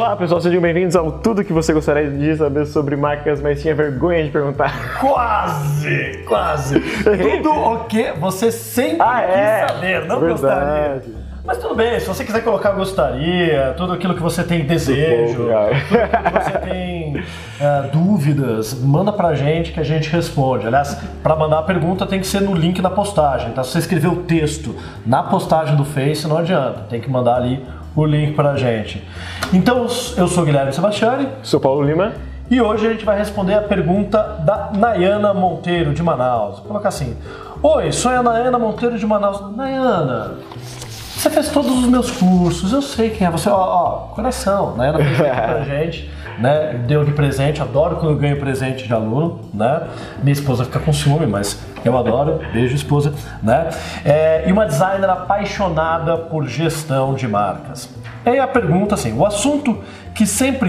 Olá pessoal, sejam bem-vindos ao Tudo que você gostaria de saber sobre marcas, mas tinha vergonha de perguntar. Quase! Tudo o que você sempre quis saber, não gostaria. Mas tudo bem, se você quiser colocar gostaria, tudo aquilo que você tem desejo, tudo aquilo que você tem dúvidas, manda pra gente que a gente responde. Aliás, para mandar a pergunta tem que ser no link da postagem, tá? Se você escrever o texto na postagem do Face, não adianta, tem que mandar ali o link pra gente. Então, eu sou o Guilherme Sebastiani. Sou Paulo Lima. E hoje a gente vai responder a pergunta da Nayana Monteiro de Manaus. Vou colocar assim: oi, sou a Nayana Monteiro de Manaus. Nayana, você fez todos os meus cursos, eu sei quem é você. Coração, Nayana fez pra gente, né? Deu de presente, adoro quando eu ganho presente de aluno, né? Minha esposa fica com ciúme, mas eu adoro. Beijo, esposa, né? E uma designer apaixonada por gestão de marcas. E aí a pergunta assim: o assunto é sempre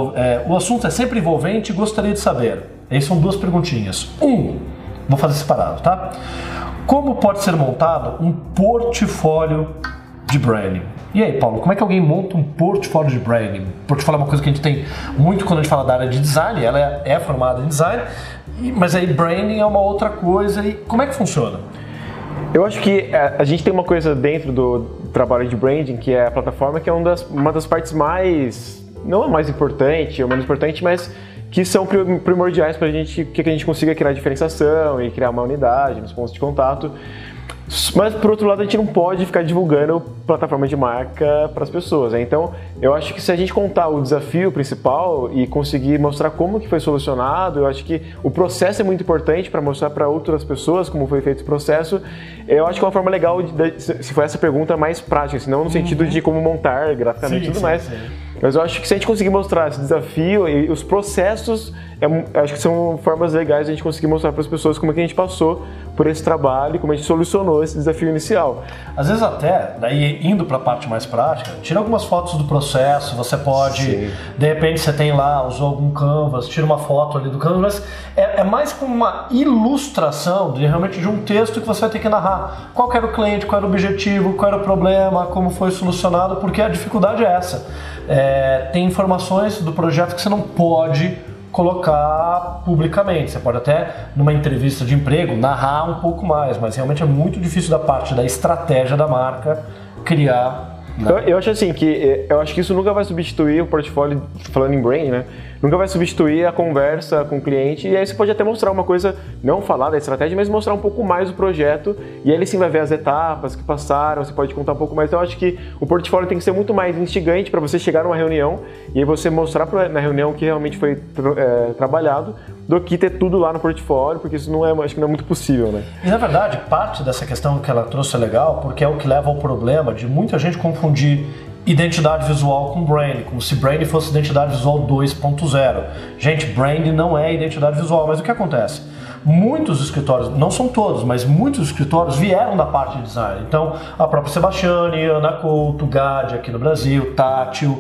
envolvente e gostaria de saber. Aí são duas perguntinhas. Vou fazer separado, tá? Como pode ser montado um portfólio de branding? E aí, Paulo, como é que alguém monta um portfólio de branding? Portfólio é uma coisa que a gente tem muito quando a gente fala da área de design, ela é formada em design, mas aí branding é uma outra coisa. E como é que funciona? Eu acho que a gente tem uma coisa dentro do trabalho de branding, que é a plataforma, que é uma das partes mais, não a mais importante, ou menos importante, mas que são primordiais para a gente, que a gente consiga criar diferenciação e criar uma unidade nos pontos de contato. Mas, por outro lado, a gente não pode ficar divulgando plataforma de marca para as pessoas, né? Então, eu acho que se a gente contar o desafio principal e conseguir mostrar como que foi solucionado, eu acho que o processo é muito importante para mostrar para outras pessoas como foi feito o processo. Eu acho que é uma forma legal, se for essa pergunta, mais prática, assim, não no sentido de como montar graficamente e tudo mais. Sim. Mas eu acho que se a gente conseguir mostrar esse desafio e os processos, acho que são formas legais de a gente conseguir mostrar para as pessoas como é que a gente passou por esse trabalho e como a gente solucionou esse desafio inicial. Às vezes até, daí indo para a parte mais prática, tira algumas fotos do processo, você pode, sim, de repente você tem lá, usou algum canvas, tira uma foto ali do canvas, é mais como uma ilustração realmente de um texto que você vai ter que narrar. Qual era o cliente, qual era o objetivo, qual era o problema, como foi solucionado, porque a dificuldade é essa. Tem informações do projeto que você não pode colocar publicamente. Você pode até, numa entrevista de emprego, narrar um pouco mais, mas realmente é muito difícil da parte da estratégia da marca criar. Eu acho assim eu acho que isso nunca vai substituir o portfólio, falando em brand, né? Nunca vai substituir a conversa com o cliente, e aí você pode até mostrar uma coisa, não falar da estratégia, mas mostrar um pouco mais o projeto, e aí ele sim vai ver as etapas que passaram, você pode contar um pouco mais. Então eu acho que o portfólio tem que ser muito mais instigante para você chegar numa reunião e aí você mostrar na reunião que realmente foi trabalhado, do que ter tudo lá no portfólio, porque isso acho que não é muito possível, né? E na verdade, parte dessa questão que ela trouxe é legal, porque é o que leva ao problema de muita gente confundir identidade visual com brand, como se brand fosse identidade visual 2.0. Gente, brand não é identidade visual, mas o que acontece? Muitos escritórios, não são todos, mas muitos escritórios vieram da parte de design. Então, a própria Sebastiani, Ana Couto, Gade aqui no Brasil, Tátil,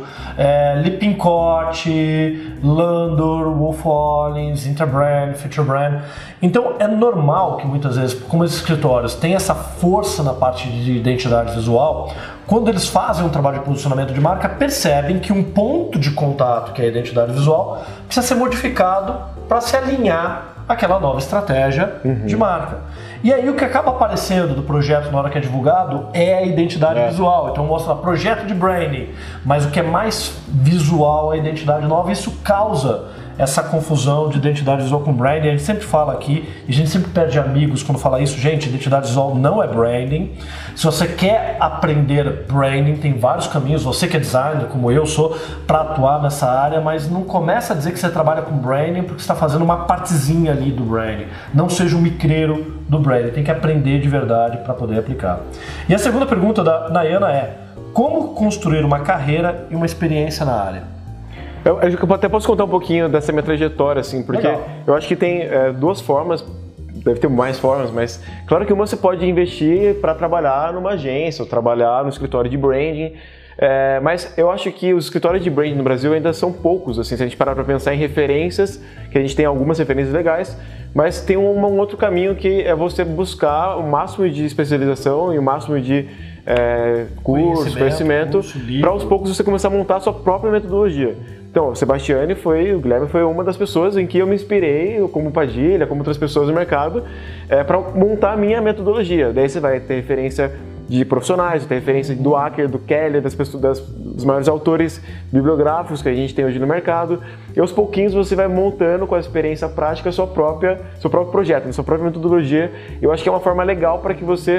Lippincott, Landor, Wolf Hollins, Interbrand, Futurebrand. Então, é normal que muitas vezes, como os escritórios têm essa força na parte de identidade visual, quando eles fazem um trabalho de posicionamento de marca, percebem que um ponto de contato, que é a identidade visual, precisa ser modificado para se alinhar aquela nova estratégia de marca. E aí o que acaba aparecendo do projeto na hora que é divulgado é a identidade visual. Então mostra projeto de branding, mas o que é mais visual é a identidade nova, e isso causa essa confusão de identidade visual com branding. A gente sempre fala aqui, e a gente sempre perde amigos quando fala isso. Gente, identidade visual não é branding. Se você quer aprender branding, tem vários caminhos. Você que é designer, como eu sou, para atuar nessa área, mas não começa a dizer que você trabalha com branding porque você está fazendo uma partezinha ali do branding. Não seja um micreiro do branding. Tem que aprender de verdade para poder aplicar. E a segunda pergunta da Nayana é: como construir uma carreira e uma experiência na área? Eu até posso contar um pouquinho dessa minha trajetória, assim, porque legal. Eu acho que tem duas formas, deve ter mais formas, mas claro que uma você pode investir para trabalhar numa agência ou trabalhar no escritório de branding, mas eu acho que os escritórios de branding no Brasil ainda são poucos, assim, se a gente parar para pensar em referências, que a gente tem algumas referências legais, mas tem um outro caminho que é você buscar o máximo de especialização e o máximo de curso, conhecimento, para aos poucos você começar a montar a sua própria metodologia. Então, o Guilherme foi uma das pessoas em que eu me inspirei, como Padilha, como outras pessoas do mercado, para montar a minha metodologia. Daí você vai ter referência de profissionais, vai ter referência do Acker, do Keller, dos maiores autores bibliográficos que a gente tem hoje no mercado. E aos pouquinhos você vai montando com a experiência prática seu próprio projeto, sua própria metodologia. Eu acho que é uma forma legal para que você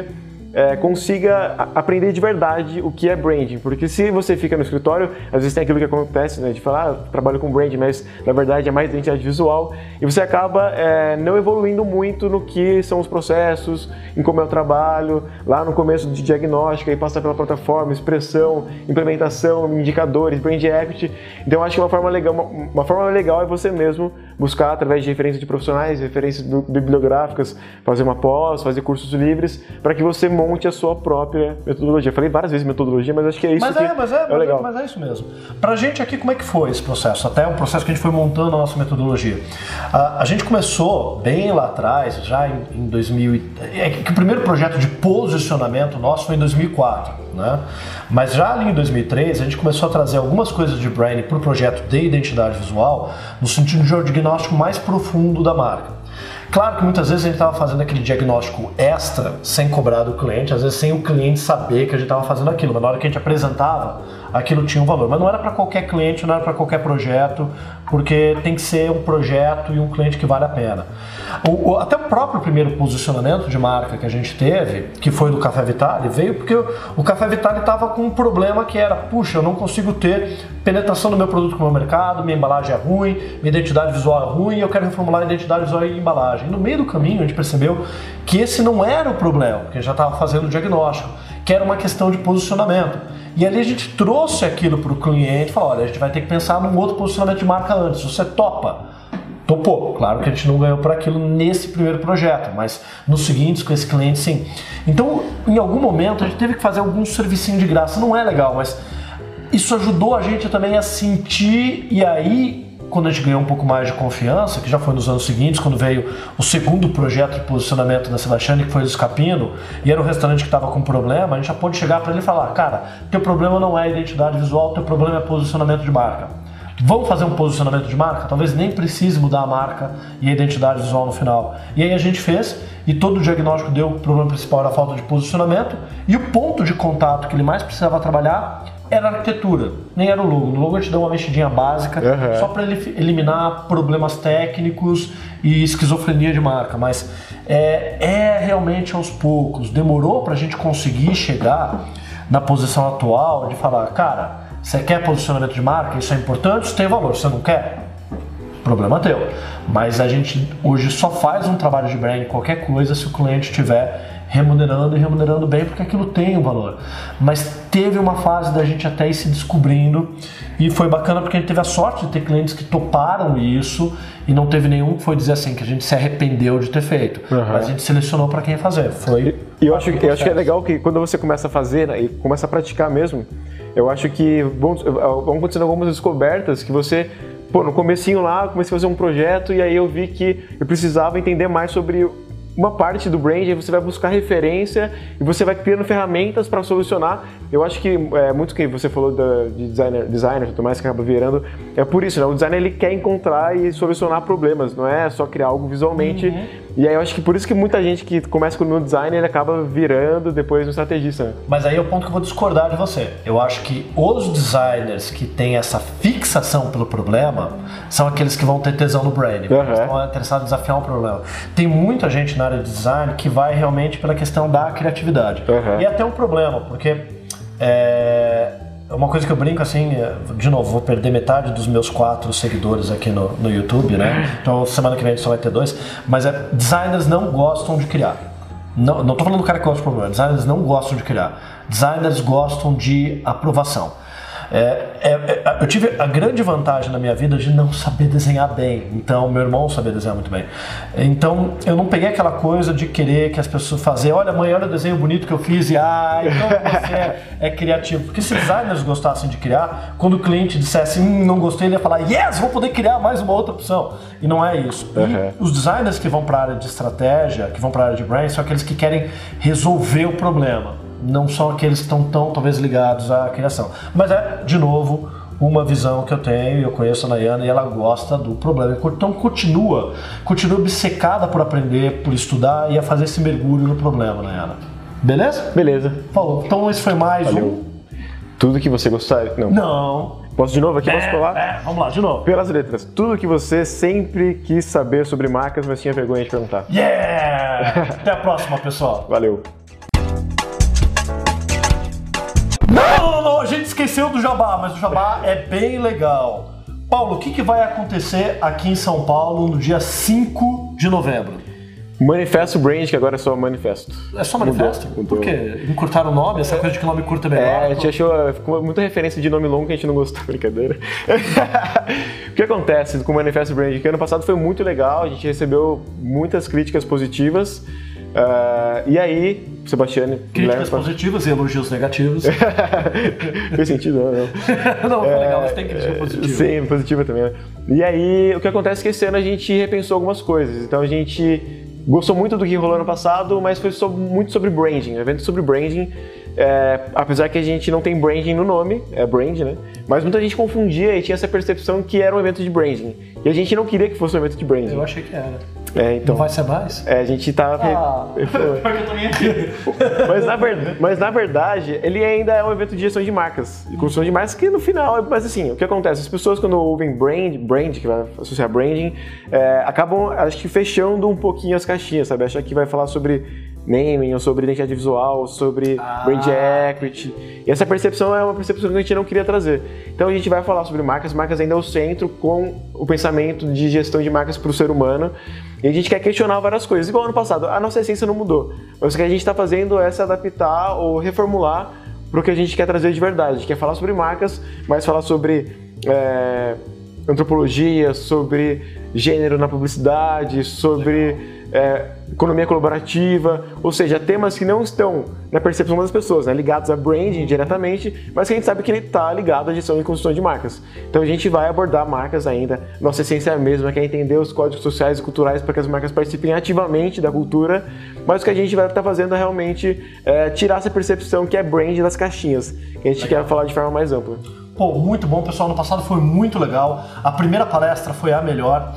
consiga aprender de verdade o que é branding, porque se você fica no escritório, às vezes tem aquilo que acontece, né, de falar, trabalho com branding, mas na verdade é mais identidade visual, e você acaba não evoluindo muito no que são os processos, em como é o trabalho, lá no começo de diagnóstico, aí passa pela plataforma, expressão, implementação, indicadores, brand equity. Então eu acho que uma forma legal é você mesmo buscar através de referências de profissionais, referências bibliográficas, fazer uma pós, fazer cursos livres, para que você monte a sua própria metodologia. Falei várias vezes metodologia, mas acho que é isso legal. Mas é isso mesmo. Pra gente aqui, como é que foi esse processo? Até um processo que a gente foi montando a nossa metodologia. A gente começou bem lá atrás, já em 2000... que o primeiro projeto de posicionamento nosso foi em 2004, né? Mas já ali em 2003, a gente começou a trazer algumas coisas de branding para o projeto de identidade visual, no sentido de um diagnóstico mais profundo da marca. Claro que muitas vezes a gente estava fazendo aquele diagnóstico extra sem cobrar do cliente, às vezes sem o cliente saber que a gente estava fazendo aquilo, mas na hora que a gente apresentava, aquilo tinha um valor. Mas não era para qualquer cliente, não era para qualquer projeto, porque tem que ser um projeto e um cliente que vale a pena. Até o próprio primeiro posicionamento de marca que a gente teve, que foi do Café Vitale, veio porque o Café Vitale estava com um problema que era, puxa, eu não consigo ter penetração do meu produto no meu mercado, minha embalagem é ruim, minha identidade visual é ruim, eu quero reformular a identidade visual e embalagem. No meio do caminho a gente percebeu que esse não era o problema, porque a gente já estava fazendo o diagnóstico, que era uma questão de posicionamento. E ali a gente trouxe aquilo para o cliente e falou, olha, a gente vai ter que pensar num outro posicionamento de marca antes, você topa? Topou. Claro que a gente não ganhou por aquilo nesse primeiro projeto, mas nos seguintes com esse cliente sim. Então, em algum momento a gente teve que fazer algum servicinho de graça, não é legal, mas isso ajudou a gente também a sentir, e aí quando a gente ganhou um pouco mais de confiança, que já foi nos anos seguintes, quando veio o segundo projeto de posicionamento da Sebastiani, que foi o Escapino, e era um restaurante que estava com problema, a gente já pôde chegar para ele e falar, cara, teu problema não é identidade visual, teu problema é posicionamento de marca. Vamos fazer um posicionamento de marca? Talvez nem precise mudar a marca e a identidade visual no final. E aí a gente fez, e todo o diagnóstico deu, o problema principal era a falta de posicionamento, e o ponto de contato que ele mais precisava trabalhar era a arquitetura, nem era o logo. No logo a gente deu uma mexidinha básica, só para ele eliminar problemas técnicos e esquizofrenia de marca, mas realmente aos poucos. Demorou para a gente conseguir chegar na posição atual de falar, cara, você quer posicionamento de marca, isso é importante, isso tem valor, você não quer? Problema teu. Mas a gente hoje só faz um trabalho de branding, qualquer coisa, se o cliente estiver remunerando e remunerando bem, porque aquilo tem um valor. Mas teve uma fase da gente até ir se descobrindo, e foi bacana porque a gente teve a sorte de ter clientes que toparam isso, e não teve nenhum que foi dizer assim, que a gente se arrependeu de ter feito. Mas a gente selecionou para quem fazer. E eu acho que é legal que quando você começa a fazer, né, e começa a praticar mesmo, eu acho que vão acontecendo algumas descobertas que você... Pô, no comecinho lá, comecei a fazer um projeto e aí eu vi que eu precisava entender mais sobre uma parte do brand, aí você vai buscar referência e você vai criando ferramentas para solucionar. Eu acho que muito que você falou de designer e tudo mais, que acaba virando, é por isso, né? O designer ele quer encontrar e solucionar problemas, não é só criar algo visualmente. E aí eu acho que por isso que muita gente que começa no design, ele acaba virando depois um estrategista. Né? Mas aí é o ponto que eu vou discordar de você. Eu acho que os designers que têm essa fixação pelo problema são aqueles que vão ter tesão no branding, estão interessados em desafiar um problema. Tem muita gente na área de design que vai realmente pela questão da criatividade. E é até um problema, porque uma coisa que eu brinco assim, de novo, vou perder metade dos meus 4 seguidores aqui no YouTube, né? Então semana que vem a gente só vai ter 2, mas designers não gostam de criar. Não tô falando do cara que gosta de problema, designers não gostam de criar. Designers gostam de aprovação. Eu tive a grande vantagem na minha vida de não saber desenhar bem. Então, meu irmão sabia desenhar muito bem. Então, eu não peguei aquela coisa de querer que as pessoas façam, olha, mãe, olha o desenho bonito que eu fiz e então você é criativo. Porque se designers gostassem de criar, quando o cliente dissesse, não gostei, ele ia falar, yes, vou poder criar mais uma outra opção. E não é isso. E os designers que vão para a área de estratégia, que vão para a área de brand, são aqueles que querem resolver o problema. não são aqueles que estão tão, talvez, ligados à criação. Mas é, de novo, uma visão que eu tenho, eu conheço a Nayana e ela gosta do problema. Então continua obcecada por aprender, por estudar e a fazer esse mergulho no problema, Nayana. Beleza? Beleza. Falou. Então esse foi mais Valeu. Tudo que você gostaria... Não. Posso de novo aqui? Posso falar? Vamos lá, de novo. Pelas letras. Tudo que você sempre quis saber sobre marcas, mas tinha vergonha de perguntar. Yeah! Até a próxima, pessoal. Valeu. Não, a gente esqueceu do Jabá, mas o Jabá é bem legal. Paulo, o que vai acontecer aqui em São Paulo no dia 5 de novembro? Manifesto Brand, que agora é só manifesto. É só manifesto? Mudou. Por quê? Encurtaram o nome? Essa coisa de que o nome curto é melhor? A gente achou, ficou muita referência de nome longo que a gente não gostou, brincadeira. O que acontece com o Manifesto Brand? Que ano passado foi muito legal, a gente recebeu muitas críticas positivas. E aí, Sebastião... Críticas positivas e elogios negativos. Fez sentido, não? Não, foi legal, mas tem crítica positiva. Sim, positiva também. Né? E aí, o que acontece é que esse ano a gente repensou algumas coisas. Então a gente gostou muito do que rolou ano passado, mas foi muito sobre branding, um evento sobre branding. Apesar que a gente não tem branding no nome, é brand, né? Mas muita gente confundia e tinha essa percepção que era um evento de branding. E a gente não queria que fosse um evento de branding. Eu achei que era. Então, não vai ser mais? A gente tá... Porque eu também achei. Mas na verdade, ele ainda é um evento de gestão de marcas. De construção de marcas que no final... Mas assim, o que acontece? As pessoas quando ouvem brand, que vai associar branding, acabam, acho que, fechando um pouquinho as caixinhas, sabe? Achar que vai falar sobre naming, ou sobre identidade visual, sobre brand equity. E essa percepção é uma percepção que a gente não queria trazer. Então a gente vai falar sobre marcas. Marcas ainda é o centro com o pensamento de gestão de marcas para o ser humano. E a gente quer questionar várias coisas. Igual ano passado, a nossa essência não mudou. Mas o que a gente está fazendo é se adaptar ou reformular para o que a gente quer trazer de verdade. A gente quer falar sobre marcas, mas falar sobre antropologia, sobre gênero na publicidade, sobre economia colaborativa, ou seja, temas que não estão na percepção das pessoas, né, ligados a branding diretamente, mas que a gente sabe que ele está ligado à gestão e construção de marcas. Então a gente vai abordar marcas ainda, nossa essência é a mesma, que é entender os códigos sociais e culturais para que as marcas participem ativamente da cultura, mas o que a gente vai estar fazendo é realmente tirar essa percepção que é brand das caixinhas, que a gente quer falar de forma mais ampla. Pô, muito bom, pessoal. No passado foi muito legal. A primeira palestra foi a melhor.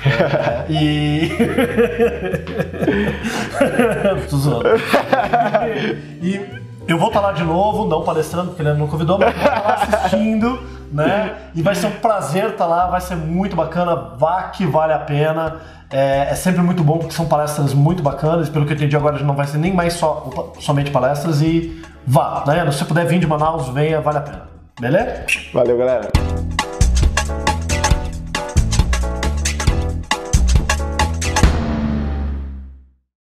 Tô zoando. E eu vou estar lá de novo, não palestrando, porque ele não convidou, mas vou estar lá assistindo, né? E vai ser um prazer estar lá, vai ser muito bacana, vá que vale a pena. É sempre muito bom, porque são palestras muito bacanas. Pelo que eu entendi agora, não vai ser nem mais somente palestras. E vá, né? Se você puder vir de Manaus, venha, vale a pena. Beleza? Valeu, galera.